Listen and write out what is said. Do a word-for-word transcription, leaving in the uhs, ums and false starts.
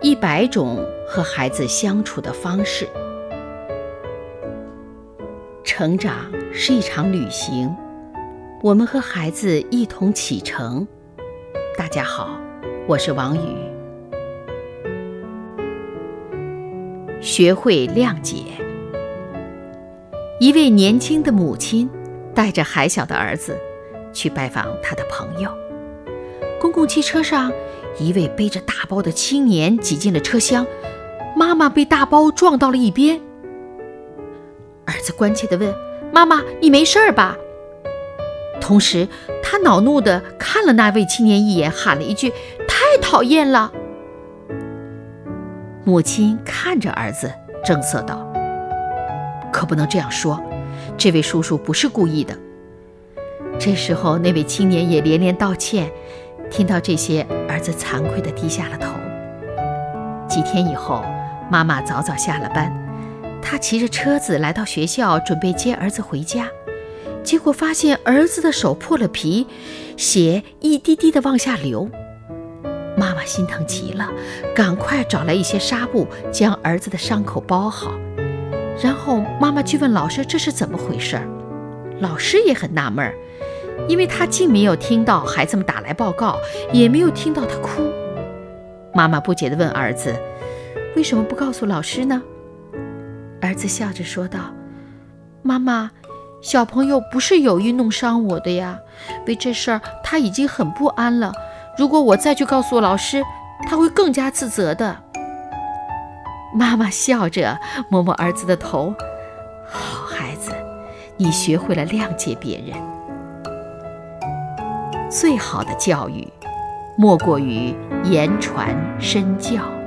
一百种和孩子相处的方式。成长是一场旅行，我们和孩子一同启程。大家好，我是王宇。学会谅解。一位年轻的母亲带着还小的儿子去拜访他的朋友。公共汽车上，一位背着大包的青年挤进了车厢，妈妈被大包撞到了一边。儿子关切地问：妈妈，你没事吧？同时他恼怒地看了那位青年一眼，喊了一句：太讨厌了。母亲看着儿子，正色道：可不能这样说，这位叔叔不是故意的。这时候那位青年也连连道歉，听到这些，儿子惭愧地低下了头。几天以后，妈妈早早下了班，她骑着车子来到学校，准备接儿子回家，结果发现儿子的手破了皮，血一滴滴地往下流。妈妈心疼极了，赶快找来一些纱布，将儿子的伤口包好。然后妈妈去问老师这是怎么回事，老师也很纳闷，因为他竟没有听到孩子们打来报告，也没有听到他哭。妈妈不解地问儿子：为什么不告诉老师呢？儿子笑着说道：妈妈，小朋友不是有意弄伤我的呀，为这事儿他已经很不安了，如果我再去告诉老师，他会更加自责的。妈妈笑着摸摸儿子的头：好孩子，你学会了谅解别人。最好的教育莫过于言传身教。